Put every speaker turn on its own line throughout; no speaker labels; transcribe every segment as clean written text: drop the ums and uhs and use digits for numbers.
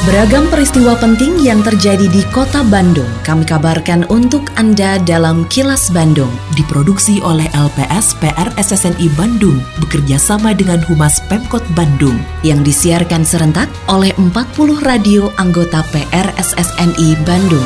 Beragam peristiwa penting yang terjadi di Kota Bandung kami kabarkan untuk Anda dalam Kilas Bandung. Diproduksi oleh LPS PR SSNI Bandung bekerja sama dengan Humas Pemkot Bandung yang disiarkan serentak oleh 40 radio anggota PR SSNI Bandung.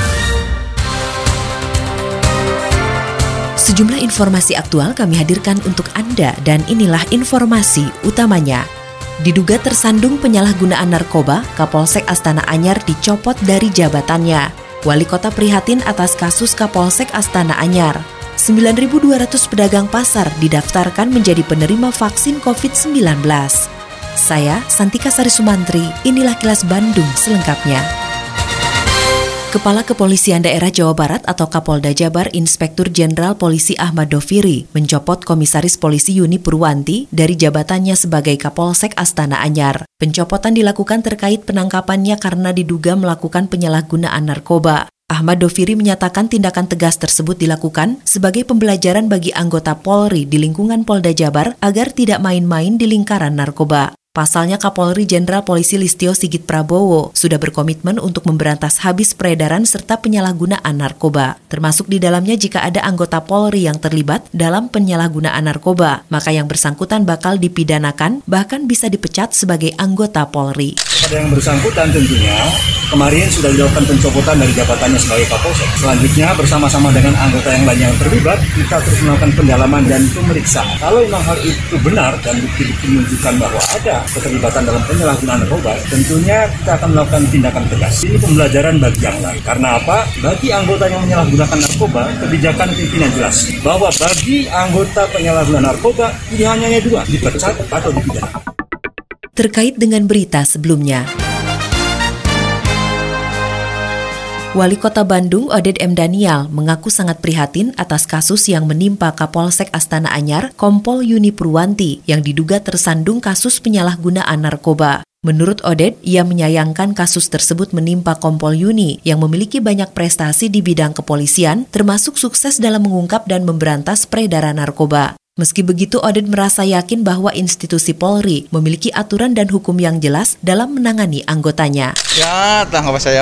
Sejumlah informasi aktual kami hadirkan untuk Anda dan inilah informasi utamanya. Diduga tersandung penyalahgunaan narkoba, Kapolsek Astana Anyar dicopot dari jabatannya. Wali Kota prihatin atas kasus Kapolsek Astana Anyar. 9.200 pedagang pasar didaftarkan menjadi penerima vaksin COVID-19. Saya, Santika Sari Sumantri, inilah Kilas Bandung selengkapnya. Kepala Kepolisian Daerah Jawa Barat atau Kapolda Jabar Inspektur Jenderal Polisi Ahmad Doviri mencopot Komisaris Polisi Yuni Purwanti dari jabatannya sebagai Kapolsek Astana Anyar. Pencopotan dilakukan terkait penangkapannya karena diduga melakukan penyalahgunaan narkoba. Ahmad Doviri menyatakan tindakan tegas tersebut dilakukan sebagai pembelajaran bagi anggota Polri di lingkungan Polda Jabar agar tidak main-main di lingkaran narkoba. Pasalnya Kapolri Jenderal Polisi Listio Sigit Prabowo sudah berkomitmen untuk memberantas habis peredaran serta penyalahgunaan narkoba. Termasuk di dalamnya jika ada anggota Polri yang terlibat dalam penyalahgunaan narkoba, maka yang bersangkutan bakal dipidanakan bahkan bisa dipecat sebagai anggota Polri.
Pada yang bersangkutan tentunya kemarin sudah dilakukan pencopotan dari jabatannya sebagai Kapolsek. Selanjutnya bersama-sama dengan anggota yang lain yang terlibat, kita terus melakukan pendalaman dan pemeriksaan. Kalau memang hal itu benar dan bukti-bukti menunjukkan bahwa ada keterlibatan dalam penyalahgunaan narkoba, tentunya kita akan melakukan tindakan tegas. Ini pembelajaran bagi yang lain. Karena apa? Bagi anggota yang menyalahgunakan narkoba, kebijakan pimpinan jelas bahwa bagi anggota penyalahgunaan narkoba pilihannya dua, dipecat atau dipidana.
Terkait dengan berita sebelumnya, Wali Kota Bandung Oded M. Daniel mengaku sangat prihatin atas kasus yang menimpa Kapolsek Astana Anyar, Kompol Yuni Purwanti, yang diduga tersandung kasus penyalahgunaan narkoba. Menurut Oded, ia menyayangkan kasus tersebut menimpa Kompol Yuni yang memiliki banyak prestasi di bidang kepolisian, termasuk sukses dalam mengungkap dan memberantas peredaran narkoba. Meski begitu, Oded merasa yakin bahwa institusi Polri memiliki aturan dan hukum yang jelas dalam menangani anggotanya.
Ya, tanggapan saya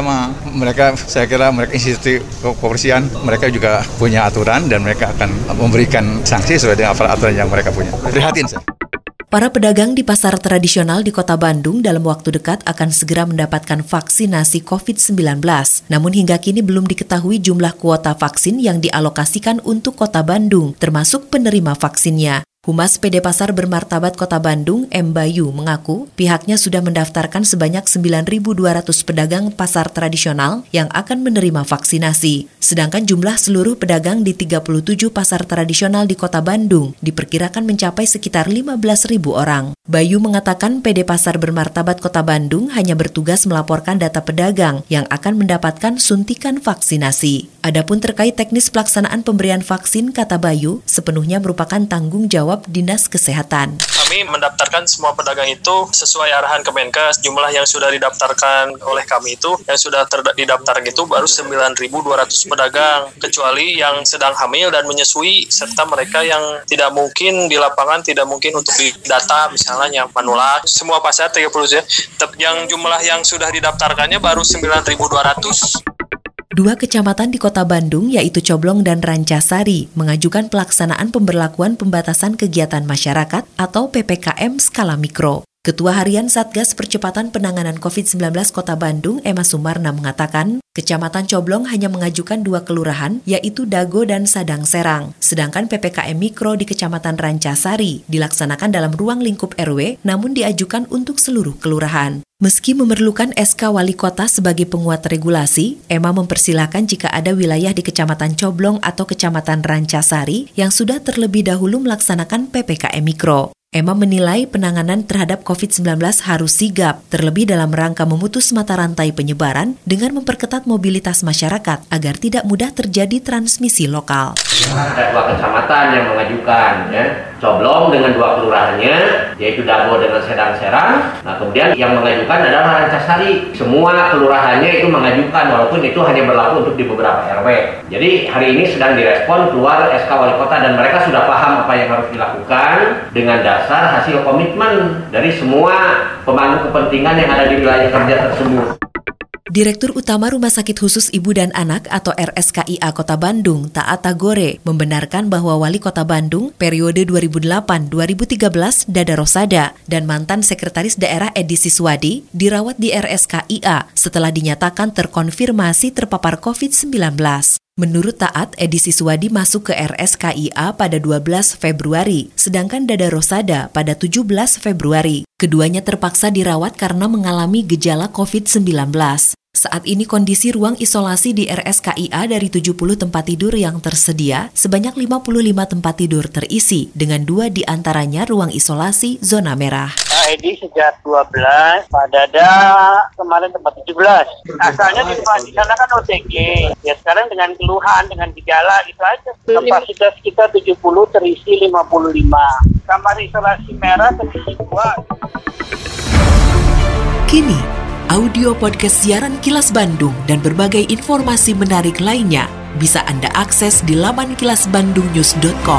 saya kira mereka institusi kepolisian, mereka juga punya aturan dan mereka akan memberikan sanksi sesuai dengan aturan yang mereka punya. Prihatin saya.
Para pedagang di pasar tradisional di Kota Bandung dalam waktu dekat akan segera mendapatkan vaksinasi COVID-19. Namun hingga kini belum diketahui jumlah kuota vaksin yang dialokasikan untuk Kota Bandung, termasuk penerima vaksinnya. Humas PD Pasar Bermartabat Kota Bandung, M. Bayu, mengaku pihaknya sudah mendaftarkan sebanyak 9.200 pedagang pasar tradisional yang akan menerima vaksinasi. Sedangkan jumlah seluruh pedagang di 37 pasar tradisional di Kota Bandung diperkirakan mencapai sekitar 15.000 orang. Bayu mengatakan PD Pasar Bermartabat Kota Bandung hanya bertugas melaporkan data pedagang yang akan mendapatkan suntikan vaksinasi. Adapun terkait teknis pelaksanaan pemberian vaksin, kata Bayu, sepenuhnya merupakan tanggung jawab Dinas Kesehatan.
Kami mendaftarkan semua pedagang itu sesuai arahan Kemenkes. Jumlah yang sudah didaftarkan oleh kami itu, yang sudah didaftar itu baru 9.200 pedagang, kecuali yang sedang hamil dan menyusui, serta mereka yang tidak mungkin di lapangan, tidak mungkin untuk didata, misalnya yang manula. Semua pasar 30, yang jumlah yang sudah didaftarkannya baru 9.200.
Dua kecamatan di Kota Bandung, yaitu Coblong dan Rancasari, mengajukan pelaksanaan pemberlakuan pembatasan kegiatan masyarakat atau PPKM skala mikro. Ketua Harian Satgas Percepatan Penanganan COVID-19 Kota Bandung, Emma Sumarna, mengatakan Kecamatan Coblong hanya mengajukan 2 kelurahan, yaitu Dago dan Sadang Serang. Sedangkan PPKM Mikro di Kecamatan Rancasari dilaksanakan dalam ruang lingkup RW, namun diajukan untuk seluruh kelurahan. Meski memerlukan SK Wali Kota sebagai penguat regulasi, Emma mempersilahkan jika ada wilayah di Kecamatan Coblong atau Kecamatan Rancasari yang sudah terlebih dahulu melaksanakan PPKM Mikro. Emma menilai penanganan terhadap COVID-19 harus sigap, terlebih dalam rangka memutus mata rantai penyebaran dengan memperketat mobilitas masyarakat agar tidak mudah terjadi transmisi lokal.
Ada 2 kecamatan yang mengajukan, ya. Coblong dengan 2 kelurahannya, yaitu Dago dengan Sedang Serang. Nah, kemudian yang mengajukan adalah Rancasari. Semua kelurahannya itu mengajukan, walaupun itu hanya berlaku untuk di beberapa RW. Jadi hari ini sedang direspon, keluar SK Wali Kota dan mereka sudah paham apa yang harus dilakukan dengan dasar hasil komitmen dari semua pemangku kepentingan yang ada di wilayah kerja tersebut.
Direktur Utama Rumah Sakit Khusus Ibu dan Anak atau RSKIA Kota Bandung, Taat Tagore, membenarkan bahwa Wali Kota Bandung periode 2008-2013 Dada Rosada dan mantan Sekretaris Daerah Edi Siswadi dirawat di RSKIA setelah dinyatakan terkonfirmasi terpapar COVID-19. Menurut Taat, Edi Siswadi masuk ke RSKIA pada 12 Februari, sedangkan Dada Rosada pada 17 Februari. Keduanya terpaksa dirawat karena mengalami gejala COVID-19. Saat ini kondisi ruang isolasi di RSKIA dari 70 tempat tidur yang tersedia, sebanyak 55 tempat tidur terisi, dengan 2 diantaranya ruang isolasi zona merah.
Edi sejak 12, Pak Dada kemarin tempat 17. Asalnya di sana kan OTG. Ya sekarang dengan keluhan, dengan gejala itu aja. Kapasitas kita 70 terisi 55. Kamar isolasi merah terisi 2.
Kini, audio podcast siaran Kilas Bandung dan berbagai informasi menarik lainnya bisa Anda akses di laman kilasbandungnews.com.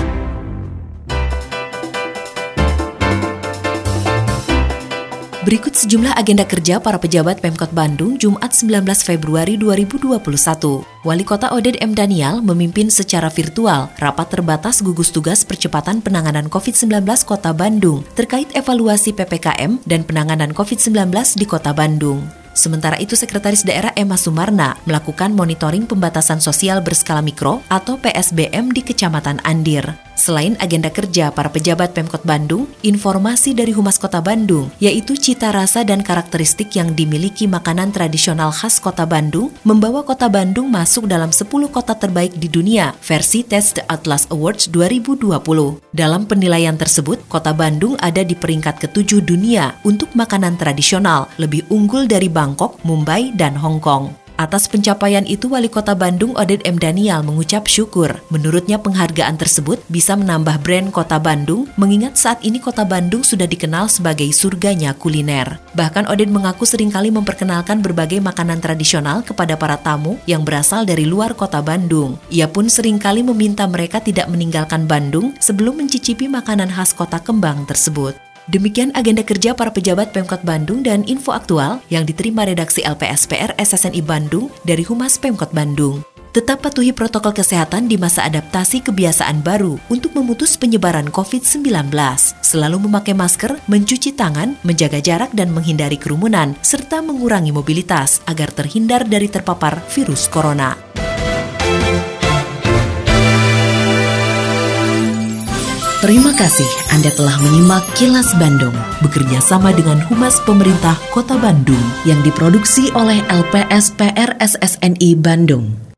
Berikut sejumlah agenda kerja para pejabat Pemkot Bandung Jumat 19 Februari 2021. Wali Kota Oded M. Daniel memimpin secara virtual rapat terbatas gugus tugas percepatan penanganan COVID-19 Kota Bandung terkait evaluasi PPKM dan penanganan COVID-19 di Kota Bandung. Sementara itu, Sekretaris Daerah Emma Sumarna melakukan monitoring pembatasan sosial berskala mikro atau PSBM di Kecamatan Andir. Selain agenda kerja para pejabat Pemkot Bandung, informasi dari Humas Kota Bandung, yaitu cita rasa dan karakteristik yang dimiliki makanan tradisional khas Kota Bandung, membawa Kota Bandung masuk dalam 10 kota terbaik di dunia versi Taste the Atlas Awards 2020. Dalam penilaian tersebut, Kota Bandung ada di peringkat ke-7 dunia untuk makanan tradisional, lebih unggul dari Bangkok, Mumbai, dan Hong Kong. Atas pencapaian itu, Wali Kota Bandung Oded M. Daniel mengucap syukur. Menurutnya penghargaan tersebut bisa menambah brand Kota Bandung, mengingat saat ini Kota Bandung sudah dikenal sebagai surganya kuliner. Bahkan Oded mengaku seringkali memperkenalkan berbagai makanan tradisional kepada para tamu yang berasal dari luar Kota Bandung. Ia pun seringkali meminta mereka tidak meninggalkan Bandung sebelum mencicipi makanan khas Kota Kembang tersebut. Demikian agenda kerja para pejabat Pemkot Bandung dan info aktual yang diterima redaksi LPSPR SSNI Bandung dari Humas Pemkot Bandung. Tetap patuhi protokol kesehatan di masa adaptasi kebiasaan baru untuk memutus penyebaran COVID-19. Selalu memakai masker, mencuci tangan, menjaga jarak dan menghindari kerumunan, serta mengurangi mobilitas agar terhindar dari terpapar virus corona. Terima kasih Anda telah menyimak Kilas Bandung, bekerja sama dengan Humas Pemerintah Kota Bandung yang diproduksi oleh LPSPR SSNI Bandung.